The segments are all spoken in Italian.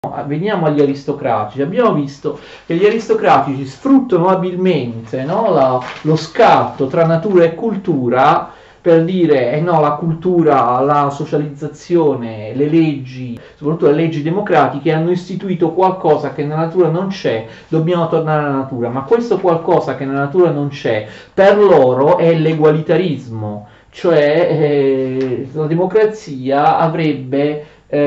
Veniamo agli aristocratici. Abbiamo visto che gli aristocratici sfruttano abilmente, no, lo scatto tra natura e cultura per dire no, la cultura, la socializzazione, le leggi, soprattutto le leggi democratiche, hanno istituito qualcosa che nella natura non c'è, dobbiamo tornare alla natura. Ma questo qualcosa che nella natura non c'è, per loro è l'egualitarismo, cioè la democrazia avrebbe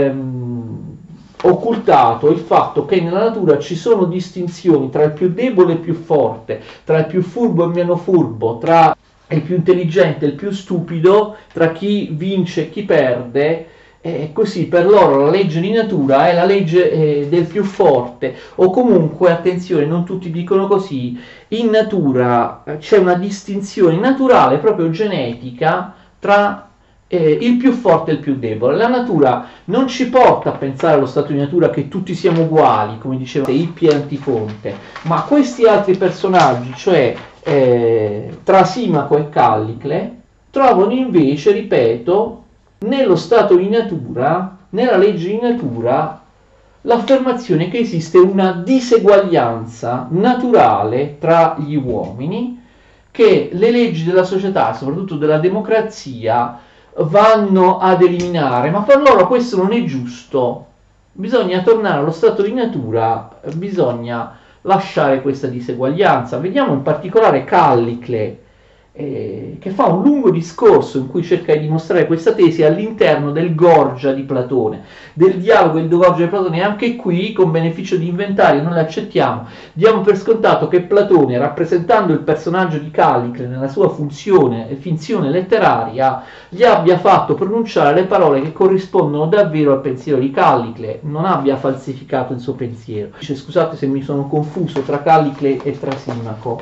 occultato il fatto che nella natura ci sono distinzioni tra il più debole e il più forte, tra il più furbo e il meno furbo, tra il più intelligente e il più stupido, tra chi vince e chi perde. E così per loro la legge di natura è la legge del più forte, o comunque, attenzione, non tutti dicono così, in natura c'è una distinzione naturale, proprio genetica, tra il più forte e il più debole. La natura non ci porta a pensare allo stato di natura che tutti siamo uguali, come diceva Hippie e Antifonte, ma questi altri personaggi, cioè Trasimaco e Callicle, trovano invece, ripeto, nello stato di natura, nella legge di natura, l'affermazione che esiste una diseguaglianza naturale tra gli uomini, che le leggi della società, soprattutto della democrazia, vanno ad eliminare, ma per loro questo non è giusto. Bisogna tornare allo stato di natura, bisogna lasciare questa diseguaglianza. Vediamo in particolare Callicle, che fa un lungo discorso in cui cerca di dimostrare questa tesi all'interno del Gorgia di Platone, del dialogo del Gorgia di Platone. Anche qui, con beneficio di inventario, noi l'accettiamo, diamo per scontato che Platone, rappresentando il personaggio di Callicle nella sua finzione letteraria, gli abbia fatto pronunciare le parole che corrispondono davvero al pensiero di Callicle, non abbia falsificato il suo pensiero. Dice, scusate se mi sono confuso tra Callicle e Trasimaco.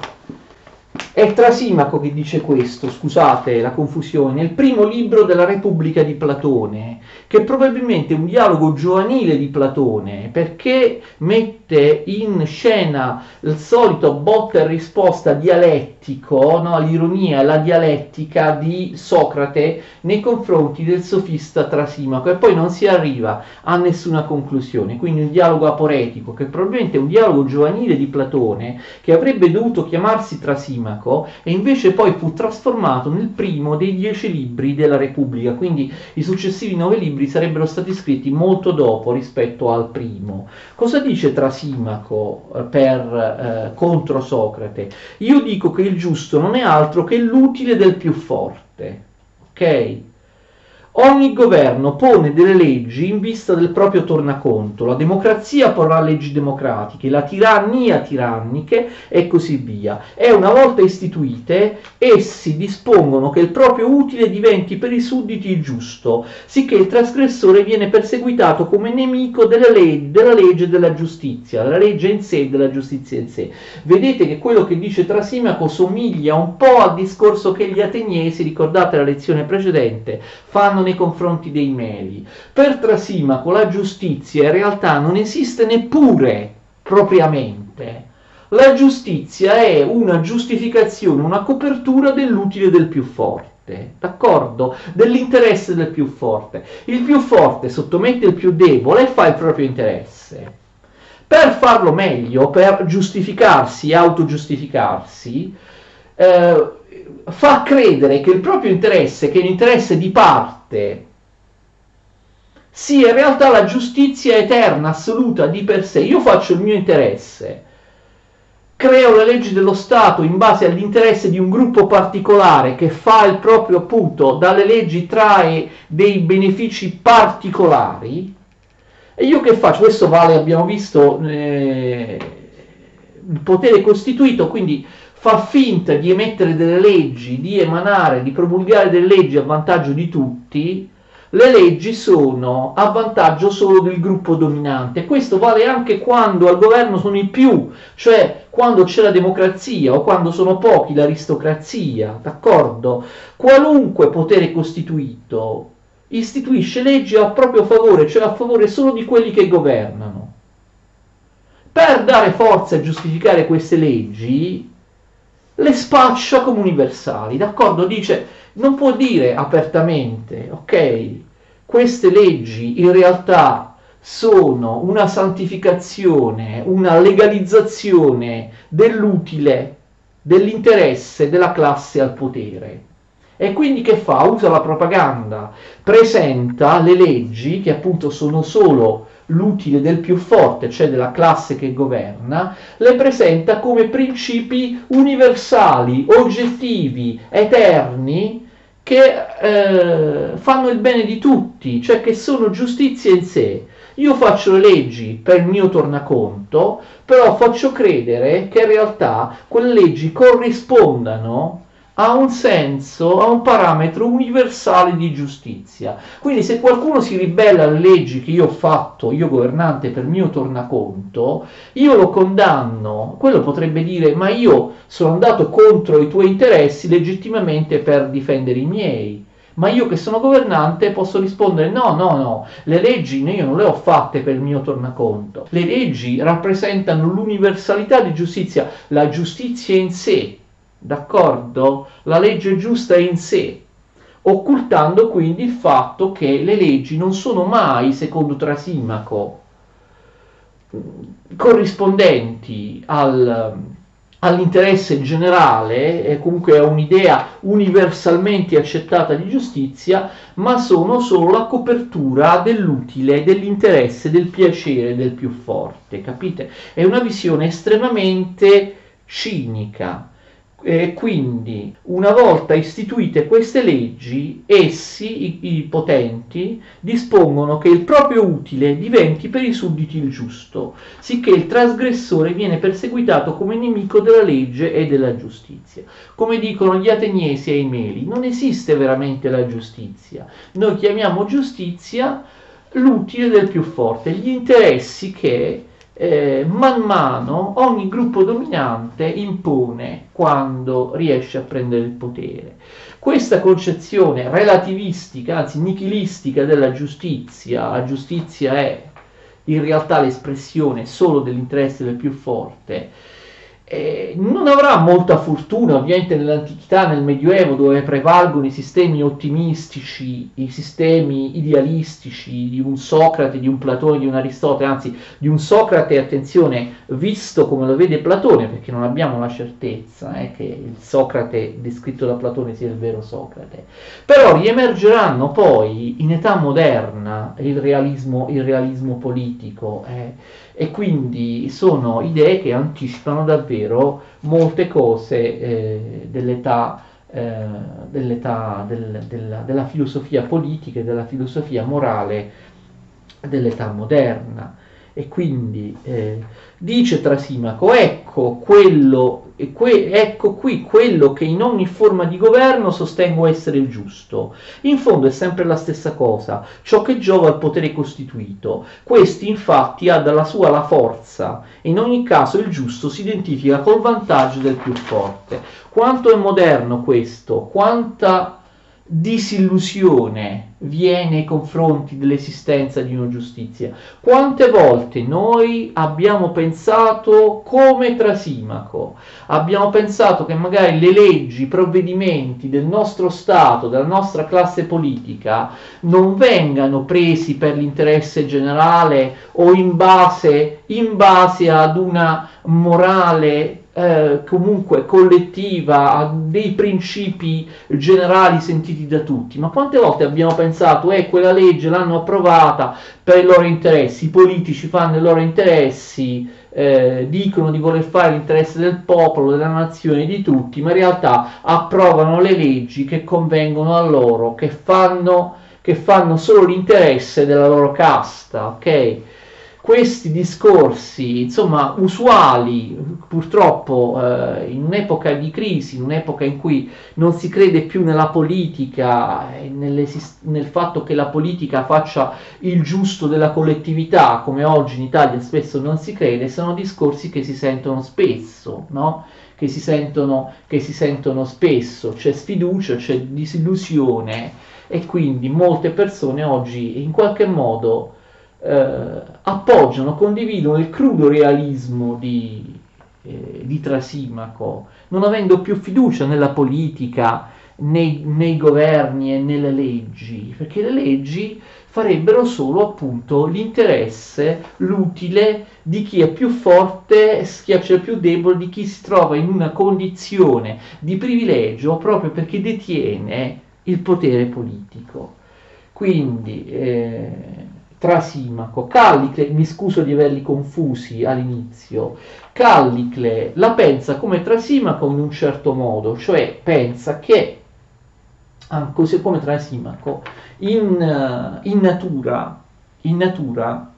È Trasimaco che dice questo, scusate la confusione, nel primo libro della Repubblica di Platone, che probabilmente è un dialogo giovanile di Platone, perché mette in scena il solito botta e risposta dialettico, no? L'ironia e la dialettica di Socrate nei confronti del sofista Trasimaco, e poi non si arriva a nessuna conclusione. Quindi un dialogo aporetico, che probabilmente è un dialogo giovanile di Platone, che avrebbe dovuto chiamarsi Trasimaco, e invece poi fu trasformato nel primo dei 10 libri della Repubblica, quindi i successivi 9 libri sarebbero stati scritti molto dopo rispetto al primo. Cosa dice Trasimaco contro Socrate? Io dico che il giusto non è altro che l'utile del più forte, ok? Ogni governo pone delle leggi in vista del proprio tornaconto, la democrazia porrà leggi democratiche, la tirannia tiranniche e così via. E una volta istituite, essi dispongono che il proprio utile diventi per i sudditi il giusto, sicché il trasgressore viene perseguitato come nemico della legge e della giustizia, la legge in sé e della giustizia in sé. Vedete che quello che dice Trasimaco somiglia un po' al discorso che gli ateniesi, ricordate la lezione precedente, fanno nei confronti dei Meli. Per Trasimaco la giustizia in realtà non esiste neppure propriamente. La giustizia è una giustificazione, una copertura dell'utile del più forte, d'accordo? Dell'interesse del più forte. Il più forte sottomette il più debole e fa il proprio interesse. Per farlo meglio, per giustificarsi, autogiustificarsi, fa credere che il proprio interesse, che è un interesse di parte, sia in realtà la giustizia eterna, assoluta, di per sé. Io faccio il mio interesse, creo le leggi dello Stato in base all'interesse di un gruppo particolare che fa il proprio, appunto, dalle leggi trae dei benefici particolari, e io che faccio? Questo vale, abbiamo visto, il potere costituito, quindi fa finta di emettere delle leggi, di emanare, di promulgare delle leggi a vantaggio di tutti. Le leggi sono a vantaggio solo del gruppo dominante. Questo vale anche quando al governo sono i più, cioè quando c'è la democrazia o quando sono pochi, l'aristocrazia, d'accordo? Qualunque potere costituito istituisce leggi a proprio favore, cioè a favore solo di quelli che governano. Per dare forza e giustificare queste leggi, le spaccia come universali, d'accordo? Dice, non può dire apertamente, ok, queste leggi in realtà sono una santificazione, una legalizzazione dell'utile, dell'interesse della classe al potere. E quindi che fa? Usa la propaganda, presenta le leggi, che appunto sono solo l'utile del più forte, cioè della classe che governa, le presenta come principi universali, oggettivi, eterni, che fanno il bene di tutti, cioè che sono giustizia in sé. Io faccio le leggi per il mio tornaconto, però faccio credere che in realtà quelle leggi corrispondano a un senso, a un parametro universale di giustizia. Quindi se qualcuno si ribella alle leggi che io ho fatto, io governante, per mio tornaconto, io lo condanno. Quello potrebbe dire: ma io sono andato contro i tuoi interessi legittimamente per difendere i miei. Ma io che sono governante posso rispondere: no, no, no, le leggi io non le ho fatte per il mio tornaconto. Le leggi rappresentano l'universalità di giustizia, la giustizia in sé, d'accordo? La legge giusta è in sé, occultando quindi il fatto che le leggi non sono mai, secondo Trasimaco, corrispondenti all'interesse generale e comunque a un'idea universalmente accettata di giustizia, ma sono solo la copertura dell'utile, dell'interesse, del piacere del più forte, capite? È una visione estremamente cinica. Quindi, una volta istituite queste leggi, essi, i potenti, dispongono che il proprio utile diventi per i sudditi il giusto, sicché il trasgressore viene perseguitato come nemico della legge e della giustizia. Come dicono gli ateniesi ai Meli, non esiste veramente la giustizia. Noi chiamiamo giustizia l'utile del più forte, gli interessi che man mano ogni gruppo dominante impone quando riesce a prendere il potere. Questa concezione relativistica, anzi nichilistica della giustizia, la giustizia è in realtà l'espressione solo dell'interesse del più forte, non avrà molta fortuna ovviamente nell'antichità, nel Medioevo, dove prevalgono i sistemi ottimistici, i sistemi idealistici di un Socrate, di un Platone, di un Aristotele, anzi di un Socrate, attenzione, visto come lo vede Platone, perché non abbiamo la certezza che il Socrate descritto da Platone sia il vero Socrate. Però riemergeranno poi in età moderna il realismo politico, e quindi sono idee che anticipano davvero molte cose della filosofia politica e della filosofia morale dell'età moderna. E quindi dice Trasimaco: ecco qui quello che in ogni forma di governo sostengo essere il giusto. In fondo è sempre la stessa cosa, ciò che giova al potere costituito. Questi infatti ha dalla sua la forza, e in ogni caso il giusto si identifica col vantaggio del più forte. Quanto è moderno questo, quanta disillusione viene nei confronti dell'esistenza di una giustizia. Quante volte noi abbiamo pensato come Trasimaco, abbiamo pensato che magari le leggi, i provvedimenti del nostro Stato, della nostra classe politica, non vengano presi per l'interesse generale o in base ad una morale comunque collettiva, a dei principi generali sentiti da tutti. Ma quante volte abbiamo pensato quella legge l'hanno approvata per i loro interessi, i politici fanno i loro interessi, dicono di voler fare l'interesse del popolo, della nazione, di tutti, ma in realtà approvano le leggi che convengono a loro, che fanno solo l'interesse della loro casta, ok? Questi discorsi, insomma, usuali, purtroppo in un'epoca di crisi, in un'epoca in cui non si crede più nella politica, nel fatto che la politica faccia il giusto della collettività, come oggi in Italia spesso non si crede, sono discorsi che si sentono spesso, no? Che si sentono spesso, c'è sfiducia, c'è disillusione, e quindi molte persone oggi in qualche modo appoggiano, condividono il crudo realismo di Trasimaco, non avendo più fiducia nella politica, nei governi e nelle leggi, perché le leggi farebbero solo appunto l'interesse, l'utile di chi è più forte, schiaccia il più debole, di chi si trova in una condizione di privilegio proprio perché detiene il potere politico. Quindi Trasimaco, Callicle, mi scuso di averli confusi all'inizio, Callicle la pensa come Trasimaco in un certo modo, cioè pensa che così come Trasimaco in natura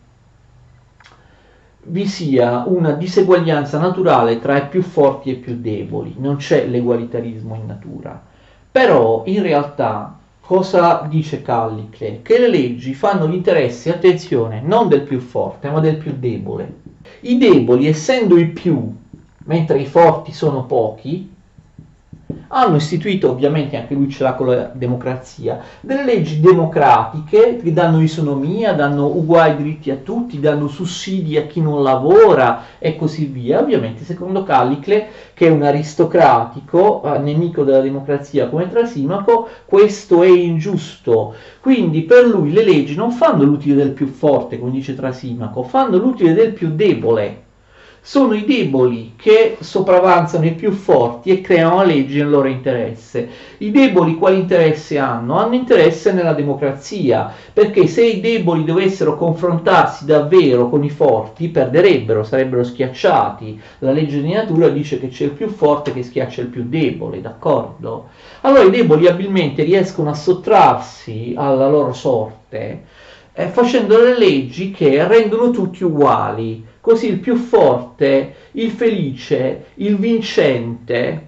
vi sia una diseguaglianza naturale tra i più forti e i più deboli, non c'è l'egualitarismo in natura. Però in realtà cosa dice Callicle? Che le leggi fanno l'interesse, attenzione, non del più forte, ma del più debole. I deboli, essendo i più, mentre i forti sono pochi, hanno istituito, ovviamente anche lui ce l'ha con la democrazia, delle leggi democratiche che danno isonomia, danno uguali diritti a tutti, danno sussidi a chi non lavora e così via. Ovviamente secondo Callicle, che è un aristocratico, nemico della democrazia come Trasimaco, questo è ingiusto. Quindi per lui le leggi non fanno l'utile del più forte, come dice Trasimaco, fanno l'utile del più debole. Sono i deboli che sopravanzano i più forti e creano leggi nel loro interesse. I deboli quali interesse hanno? Hanno interesse nella democrazia, perché se i deboli dovessero confrontarsi davvero con i forti, perderebbero, sarebbero schiacciati. La legge di natura dice che c'è il più forte che schiaccia il più debole, d'accordo? Allora i deboli abilmente riescono a sottrarsi alla loro sorte, facendo delle leggi che rendono tutti uguali. Così il più forte, il felice, il vincente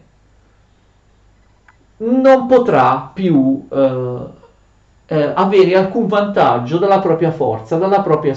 non potrà più avere alcun vantaggio dalla propria forza, dalla propria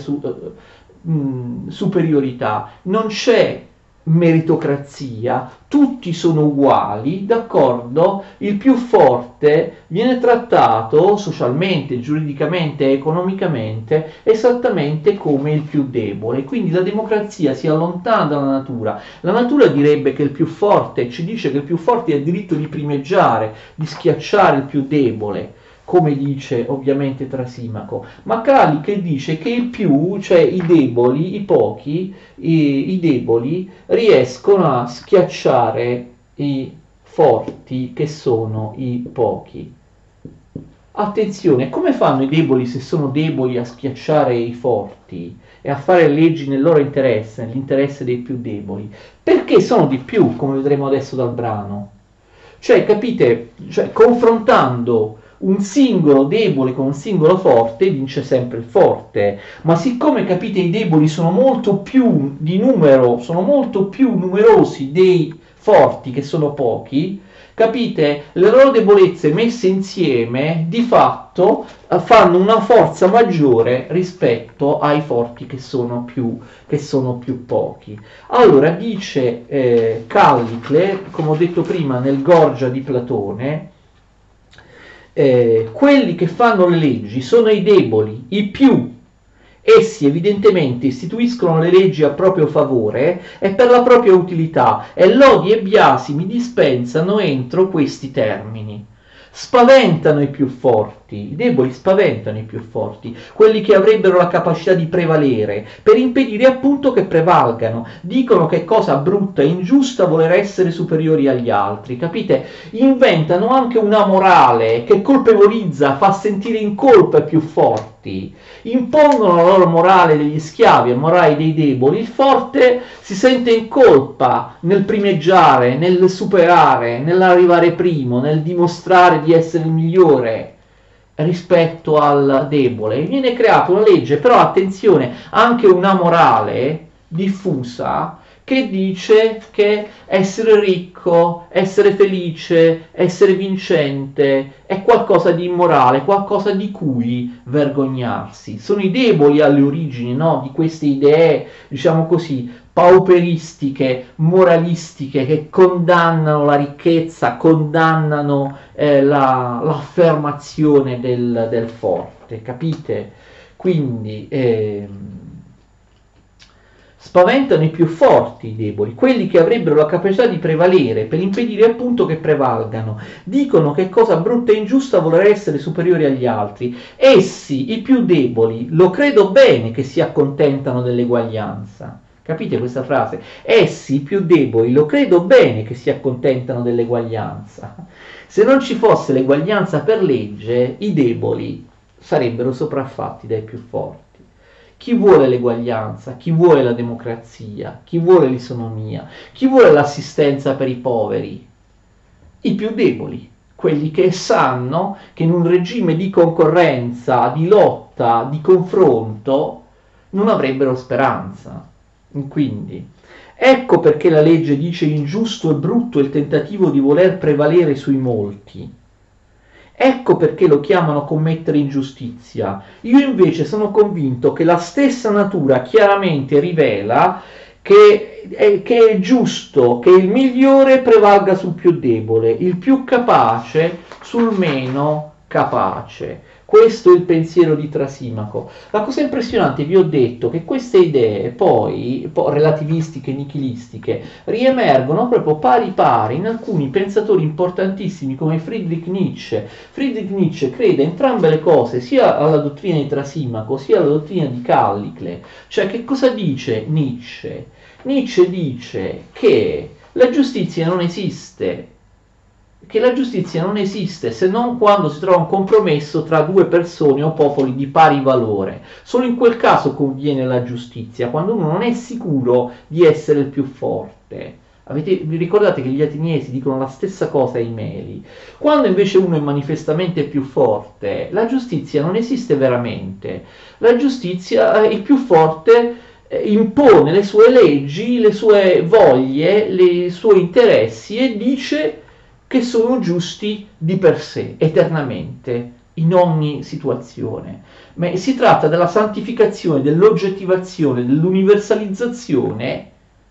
superiorità. Non c'è meritocrazia, tutti sono uguali, d'accordo? Il più forte viene trattato socialmente, giuridicamente, economicamente esattamente come il più debole. Quindi la democrazia si allontana dalla natura. La natura direbbe che il più forte, ci dice che il più forte ha il diritto di primeggiare, di schiacciare il più debole, come dice ovviamente Trasimaco, ma Callicle dice che il più, cioè i deboli, i pochi, i deboli riescono a schiacciare i forti che sono i pochi. Attenzione, come fanno i deboli, se sono deboli, a schiacciare i forti e a fare leggi nel loro interesse, nell'interesse dei più deboli? Perché sono di più, come vedremo adesso dal brano. Cioè, capite, confrontando un singolo debole con un singolo forte vince sempre il forte, ma siccome capite i deboli sono molto più di numero, sono molto più numerosi dei forti che sono pochi, capite, le loro debolezze messe insieme di fatto fanno una forza maggiore rispetto ai forti che sono più pochi. Allora dice Callicle, come ho detto prima nel Gorgia di Platone, quelli che fanno le leggi sono i deboli, i più. Essi evidentemente istituiscono le leggi a proprio favore e per la propria utilità, e lodi e biasimi dispensano entro questi termini. Spaventano i più forti, i deboli spaventano i più forti, quelli che avrebbero la capacità di prevalere, per impedire appunto che prevalgano. Dicono che è cosa brutta e ingiusta voler essere superiori agli altri, capite? Inventano anche una morale che colpevolizza, fa sentire in colpa i più forti. Impongono la loro morale degli schiavi, la morale dei deboli. Il forte si sente in colpa nel primeggiare, nel superare, nell'arrivare primo, nel dimostrare di essere il migliore rispetto al debole. Viene creata una legge, però attenzione, anche una morale diffusa che dice che essere ricco, essere felice, essere vincente è qualcosa di immorale, qualcosa di cui vergognarsi. Sono i deboli alle origini, no, di queste idee, diciamo così, pauperistiche, moralistiche, che condannano la ricchezza, condannano l'affermazione del forte, capite? Quindi spaventano i più forti, i deboli, quelli che avrebbero la capacità di prevalere per impedire appunto che prevalgano. Dicono che è cosa brutta e ingiusta voler essere superiori agli altri. Essi, i più deboli, lo credo bene che si accontentano dell'eguaglianza. Capite questa frase? Essi, i più deboli, lo credo bene che si accontentano dell'eguaglianza. Se non ci fosse l'eguaglianza per legge, i deboli sarebbero sopraffatti dai più forti. Chi vuole l'eguaglianza? Chi vuole la democrazia? Chi vuole l'isonomia? Chi vuole l'assistenza per i poveri? I più deboli, quelli che sanno che in un regime di concorrenza, di lotta, di confronto, non avrebbero speranza. Quindi, ecco perché la legge dice ingiusto e brutto il tentativo di voler prevalere sui molti. Ecco perché lo chiamano commettere ingiustizia. Io invece sono convinto che la stessa natura chiaramente rivela che è giusto che il migliore prevalga sul più debole, il più capace sul meno capace. Questo è il pensiero di Trasimaco. La cosa impressionante, vi ho detto che queste idee poi relativistiche, nichilistiche, riemergono proprio pari pari in alcuni pensatori importantissimi come Friedrich Nietzsche. Friedrich Nietzsche crede entrambe le cose, sia alla dottrina di Trasimaco sia alla dottrina di Callicle. Cioè, che cosa dice Nietzsche? Nietzsche dice che la giustizia non esiste, se non quando si trova un compromesso tra due persone o popoli di pari valore. Solo in quel caso conviene la giustizia, quando uno non è sicuro di essere il più forte. Vi ricordate che gli ateniesi dicono la stessa cosa ai Meli? Quando invece uno è manifestamente più forte, la giustizia non esiste veramente. La giustizia, il più forte impone le sue leggi, le sue voglie, i suoi interessi e dice che sono giusti di per sé, eternamente, in ogni situazione. Ma si tratta della santificazione, dell'oggettivazione, dell'universalizzazione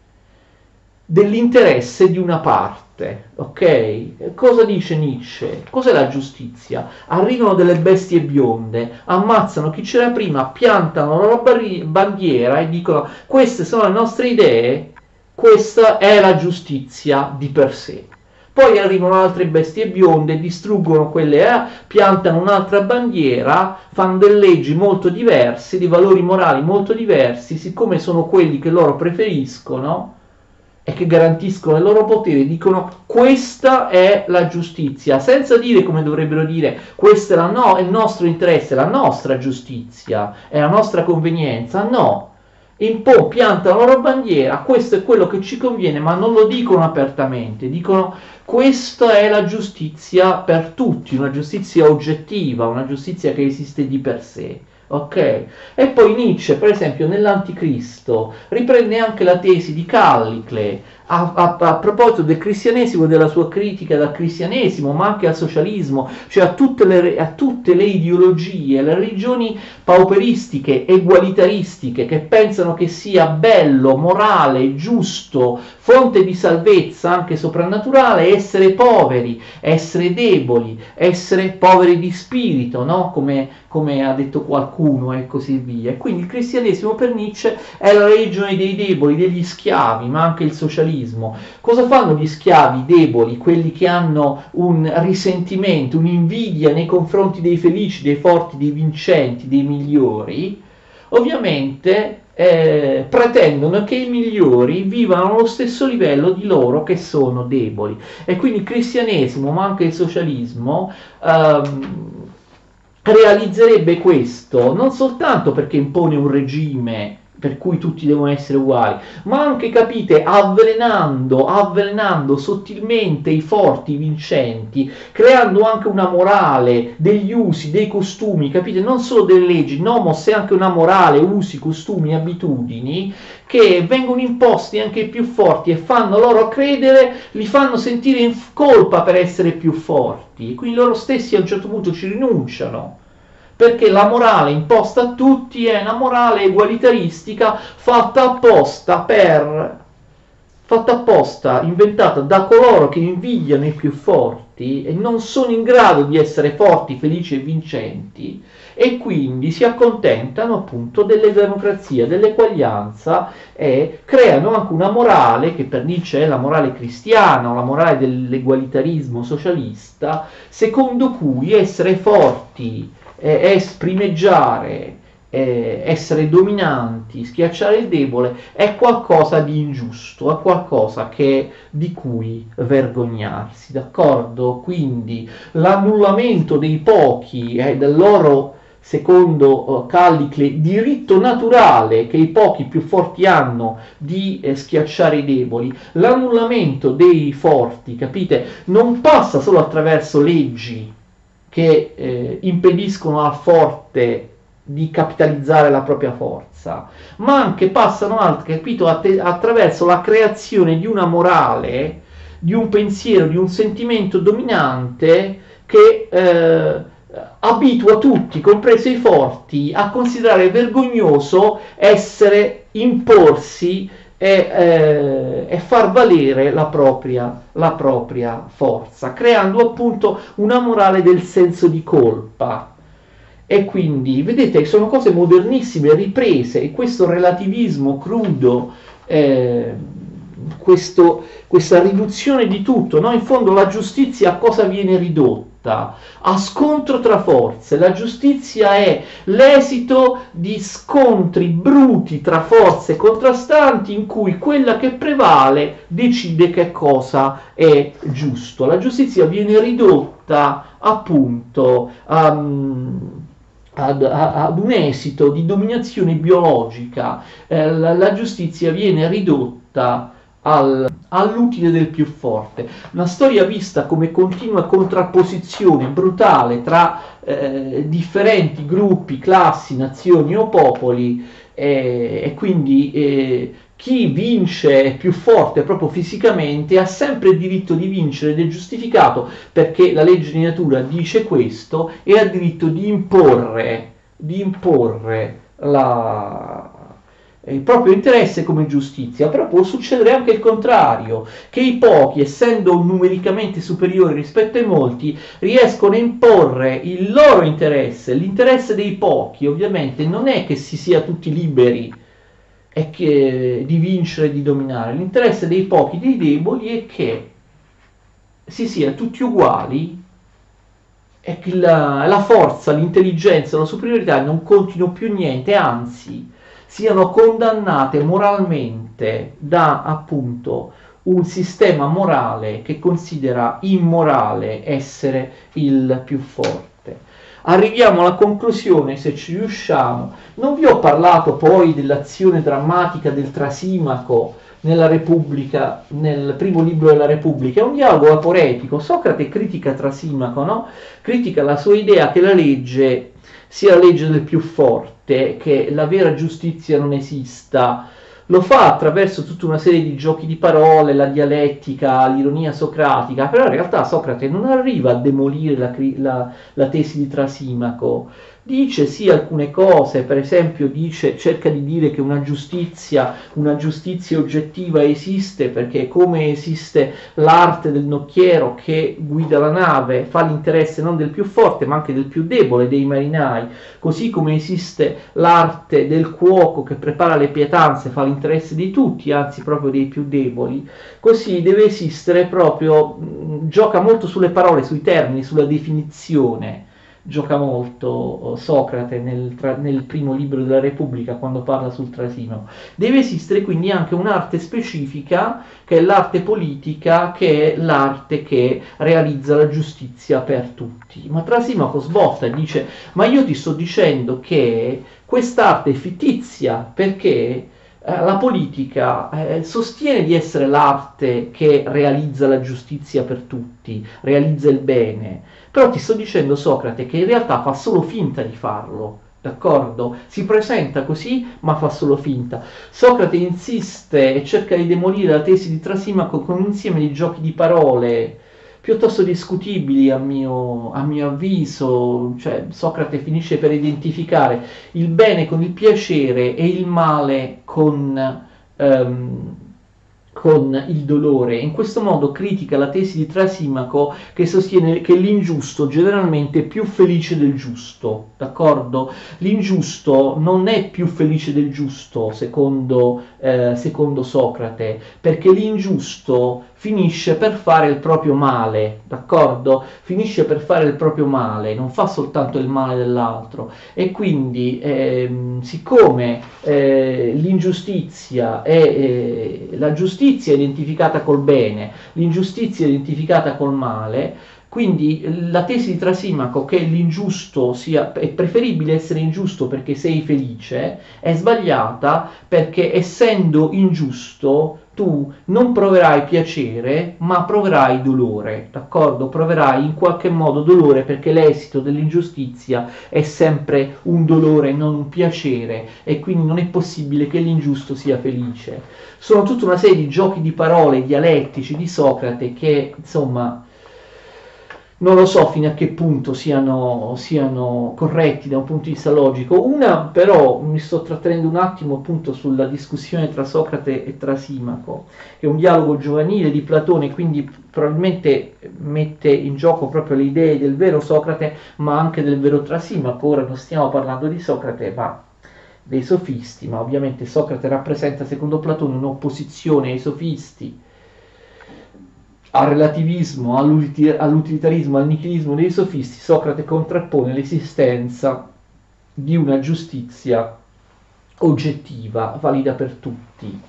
dell'interesse di una parte, ok? Cosa dice Nietzsche? Cos'è la giustizia? Arrivano delle bestie bionde, ammazzano chi c'era prima, piantano la loro bandiera e dicono queste sono le nostre idee, questa è la giustizia di per sé. Poi arrivano altre bestie bionde, distruggono quelle, piantano un'altra bandiera, fanno delle leggi molto diverse, dei valori morali molto diversi, siccome sono quelli che loro preferiscono e che garantiscono il loro potere, dicono questa è la giustizia, senza dire come dovrebbero dire questo è il nostro interesse, la nostra giustizia, è la nostra convenienza, no. Piantano la loro bandiera, questo è quello che ci conviene, ma non lo dicono apertamente, dicono questa è la giustizia per tutti, una giustizia oggettiva, una giustizia che esiste di per sé. Ok? E poi Nietzsche, per esempio, nell'Anticristo, riprende anche la tesi di Callicle a proposito del cristianesimo e della sua critica dal cristianesimo, ma anche al socialismo, cioè a tutte le ideologie, le religioni pauperistiche, egualitaristiche, che pensano che sia bello, morale, giusto, fonte di salvezza anche soprannaturale essere poveri, essere deboli, essere poveri di spirito, no? Come ha detto qualcuno e così via. E quindi il cristianesimo per Nietzsche è la religione dei deboli, degli schiavi, ma anche il socialismo. Cosa fanno gli schiavi deboli, quelli che hanno un risentimento, un'invidia nei confronti dei felici, dei forti, dei vincenti, dei migliori? Ovviamente pretendono che i migliori vivano allo stesso livello di loro che sono deboli. E quindi il cristianesimo, ma anche il socialismo, realizzerebbe questo non soltanto perché impone un regime per cui tutti devono essere uguali, ma anche, capite, avvelenando sottilmente i forti, i vincenti, creando anche una morale, degli usi, dei costumi, capite, non solo delle leggi, nomos è anche una morale, usi, costumi, abitudini, che vengono imposti anche ai più forti e fanno loro credere, li fanno sentire in colpa per essere più forti, quindi loro stessi a un certo punto ci rinunciano, perché la morale imposta a tutti è una morale egualitaristica fatta apposta per fatta apposta, inventata da coloro che invidiano i più forti e non sono in grado di essere forti, felici e vincenti, e quindi si accontentano appunto delle democrazie, dell'eguaglianza, e creano anche una morale che per Nietzsche è la morale cristiana o la morale dell'egualitarismo socialista, secondo cui essere forti e primeggiare, essere dominanti, schiacciare il debole è qualcosa di ingiusto, è qualcosa di cui vergognarsi, d'accordo? Quindi l'annullamento dei pochi e del loro, secondo Callicle, diritto naturale che i pochi più forti hanno di schiacciare i deboli, l'annullamento dei forti, capite, non passa solo attraverso leggi che impediscono al forte di capitalizzare la propria forza, ma anche passano altri, capito, attraverso la creazione di una morale, di un pensiero, di un sentimento dominante che abitua tutti, compresi i forti, a considerare vergognoso imporsi e far valere la propria forza, creando appunto una morale del senso di colpa. E quindi, vedete, sono cose modernissime, riprese, e questo relativismo crudo, questa riduzione di tutto, no? In fondo la giustizia a cosa viene ridotta? A scontro tra forze. La giustizia è l'esito di scontri bruti tra forze contrastanti in cui quella che prevale decide che cosa è giusto. La giustizia viene ridotta appunto ad un esito di dominazione biologica. La giustizia viene ridotta all'utile del più forte. Una storia vista come continua contrapposizione brutale tra differenti gruppi, classi, nazioni o popoli, e quindi chi vince è più forte proprio fisicamente ha sempre il diritto di vincere ed è giustificato perché la legge di natura dice questo, e ha diritto di imporre il proprio interesse come giustizia. Però può succedere anche il contrario, che i pochi, essendo numericamente superiori rispetto ai molti, riescono a imporre il loro interesse, l'interesse dei pochi. Ovviamente non è che si sia tutti liberi di vincere e di dominare. L'interesse dei pochi, dei deboli, è che si sia tutti uguali e che la forza, l'intelligenza, la superiorità non contino più niente, anzi siano condannate moralmente da appunto un sistema morale che considera immorale essere il più forte. Arriviamo alla conclusione, se ci riusciamo. Non vi ho parlato poi dell'azione drammatica del Trasimaco nella Repubblica, nel primo libro della Repubblica. È un dialogo aporetico. Socrate critica Trasimaco, no? Critica la sua idea che la legge sia la legge del più forte, che la vera giustizia non esista. Lo fa attraverso tutta una serie di giochi di parole, la dialettica, l'ironia socratica, però in realtà Socrate non arriva a demolire la tesi di Trasimaco. Dice sì alcune cose, per esempio cerca di dire che una giustizia oggettiva esiste, perché come esiste l'arte del nocchiero che guida la nave, fa l'interesse non del più forte ma anche del più debole, dei marinai, così come esiste l'arte del cuoco che prepara le pietanze, fa l'interesse di tutti, anzi proprio dei più deboli, così deve esistere proprio, gioca molto sulle parole, sui termini, sulla definizione. Gioca molto Socrate nel primo libro della Repubblica quando parla sul Trasimaco. Deve esistere quindi anche un'arte specifica, che è l'arte politica, che è l'arte che realizza la giustizia per tutti. Ma Trasimaco sbotta e dice: ma io ti sto dicendo che quest'arte è fittizia, perché la politica sostiene di essere l'arte che realizza la giustizia per tutti, realizza il bene, però ti sto dicendo, Socrate, che in realtà fa solo finta di farlo, d'accordo? Si presenta così, ma fa solo finta. Socrate insiste e cerca di demolire la tesi di Trasimaco con un insieme di giochi di parole piuttosto discutibili a mio avviso. Cioè, Socrate finisce per identificare il bene con il piacere e il male con con il dolore. In questo modo critica la tesi di Trasimaco che sostiene che l'ingiusto generalmente è più felice del giusto, d'accordo? L'ingiusto non è più felice del giusto, secondo Socrate, perché l'ingiusto finisce per fare il proprio male, d'accordo? Finisce per fare il proprio male, non fa soltanto il male dell'altro. E quindi, siccome l'ingiustizia è la giustizia è identificata col bene, l'ingiustizia è identificata col male, quindi la tesi di Trasimaco che l'ingiusto è preferibile essere ingiusto perché sei felice è sbagliata, perché essendo ingiusto tu non proverai piacere ma proverai dolore, d'accordo? Proverai in qualche modo dolore, perché l'esito dell'ingiustizia è sempre un dolore, non un piacere, e quindi non è possibile che l'ingiusto sia felice. Sono tutta una serie di giochi di parole dialettici di Socrate che, insomma, non lo so fino a che punto siano corretti da un punto di vista logico. Una però, mi sto trattenendo un attimo appunto sulla discussione tra Socrate e Trasimaco, che è un dialogo giovanile di Platone, quindi probabilmente mette in gioco proprio le idee del vero Socrate, ma anche del vero Trasimaco. Ora non stiamo parlando di Socrate, ma dei sofisti, ma ovviamente Socrate rappresenta, secondo Platone, un'opposizione ai sofisti, al relativismo, all'utilitarismo, al nichilismo dei sofisti. Socrate contrappone l'esistenza di una giustizia oggettiva, valida per tutti,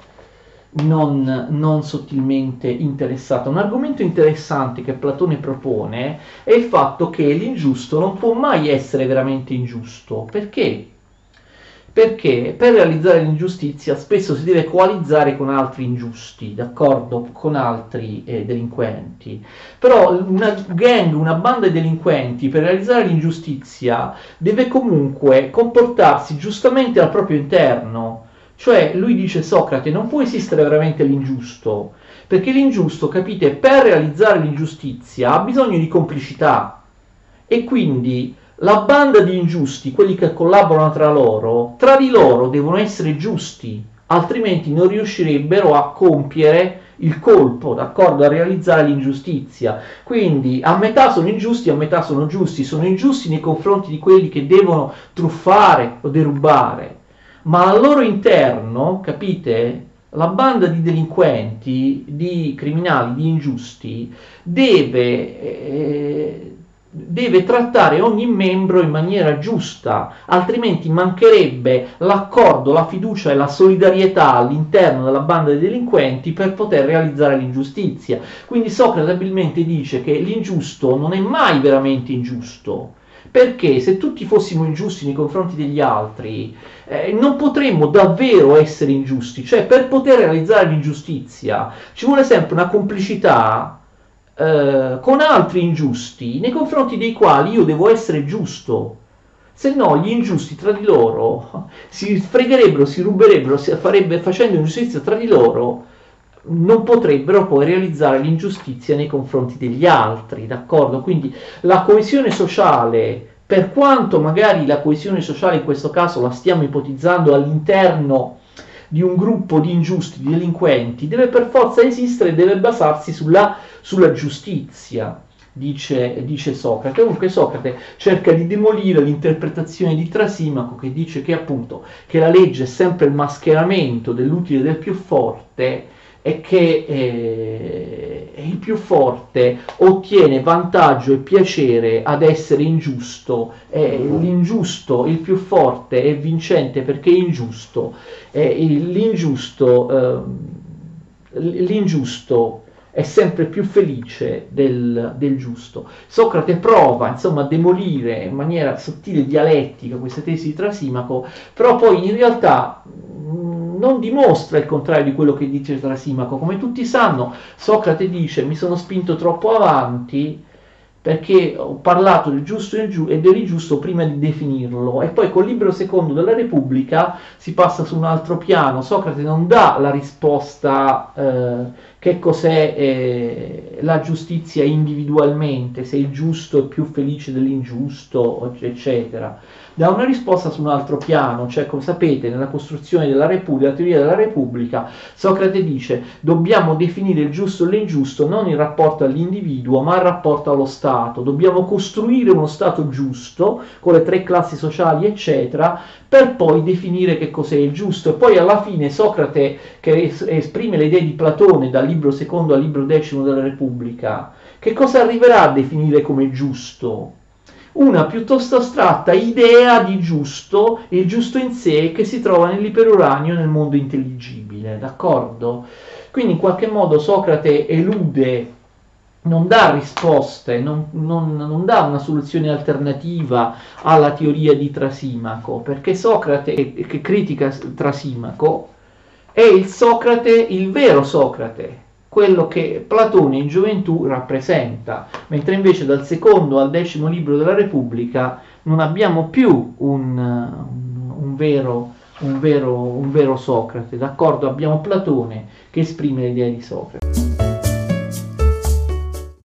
non sottilmente interessata. Un argomento interessante che Platone propone è il fatto che l'ingiusto non può mai essere veramente ingiusto. Perché? Perché per realizzare l'ingiustizia spesso si deve coalizzare con altri ingiusti, d'accordo? Con altri delinquenti. Però una gang, una banda di delinquenti, per realizzare l'ingiustizia deve comunque comportarsi giustamente al proprio interno. Cioè, lui dice, Socrate, non può esistere veramente l'ingiusto, perché l'ingiusto, capite, per realizzare l'ingiustizia ha bisogno di complicità. E quindi la banda di ingiusti, quelli che collaborano tra di loro devono essere giusti, altrimenti non riuscirebbero a compiere il colpo, d'accordo, a realizzare l'ingiustizia. Quindi a metà sono ingiusti, a metà sono giusti. Sono ingiusti nei confronti di quelli che devono truffare o derubare, ma al loro interno, capite, la banda di delinquenti, di criminali, di ingiusti deve trattare ogni membro in maniera giusta, altrimenti mancherebbe l'accordo, la fiducia e la solidarietà all'interno della banda dei delinquenti per poter realizzare l'ingiustizia. Quindi Socrate abilmente dice che l'ingiusto non è mai veramente ingiusto, perché se tutti fossimo ingiusti nei confronti degli altri, non potremmo davvero essere ingiusti. Cioè, per poter realizzare l'ingiustizia ci vuole sempre una complicità con altri ingiusti nei confronti dei quali io devo essere giusto. Se no gli ingiusti tra di loro si fregherebbero, si ruberebbero, facendo ingiustizia tra di loro, non potrebbero poi realizzare l'ingiustizia nei confronti degli altri, d'accordo? Quindi la coesione sociale, per quanto magari la coesione sociale in questo caso la stiamo ipotizzando all'interno di un gruppo di ingiusti, di delinquenti, deve per forza esistere, deve basarsi sulla giustizia, dice Socrate. Comunque Socrate cerca di demolire l'interpretazione di Trasimaco, che dice che appunto che la legge è sempre il mascheramento dell'utile del più forte, e che il più forte ottiene vantaggio e piacere ad essere ingiusto, l'ingiusto, il più forte è vincente perché è ingiusto, l'ingiusto è sempre più felice del giusto. Socrate prova, insomma, a demolire in maniera sottile e dialettica questa tesi di Trasimaco, però poi in realtà non dimostra il contrario di quello che dice Trasimaco. Come tutti sanno, Socrate dice: mi sono spinto troppo avanti perché ho parlato del giusto e dell'ingiusto prima di definirlo, e poi col libro secondo della Repubblica si passa su un altro piano. Socrate non dà la risposta che cos'è la giustizia individualmente, se il giusto è più felice dell'ingiusto, eccetera. Dà una risposta su un altro piano, cioè come sapete nella costruzione della Repubblica, la teoria della Repubblica, Socrate dice dobbiamo definire il giusto e l'ingiusto non in rapporto all'individuo ma in rapporto allo Stato, dobbiamo costruire uno Stato giusto con le 3 classi sociali eccetera per poi definire che cos'è il giusto. E poi alla fine Socrate, che esprime le idee di Platone dal libro secondo al libro 10 della Repubblica, che cosa arriverà a definire come giusto? Una piuttosto astratta idea di giusto, e il giusto in sé che si trova nell'iperuranio nel mondo intelligibile, d'accordo? Quindi in qualche modo Socrate elude, non dà risposte, non dà una soluzione alternativa alla teoria di Trasimaco, perché Socrate, che critica Trasimaco, è il Socrate, il vero Socrate, quello che Platone in gioventù rappresenta, mentre invece dal secondo al 10° libro della Repubblica non abbiamo più un vero Socrate, d'accordo? Abbiamo Platone che esprime l'idea di Socrate.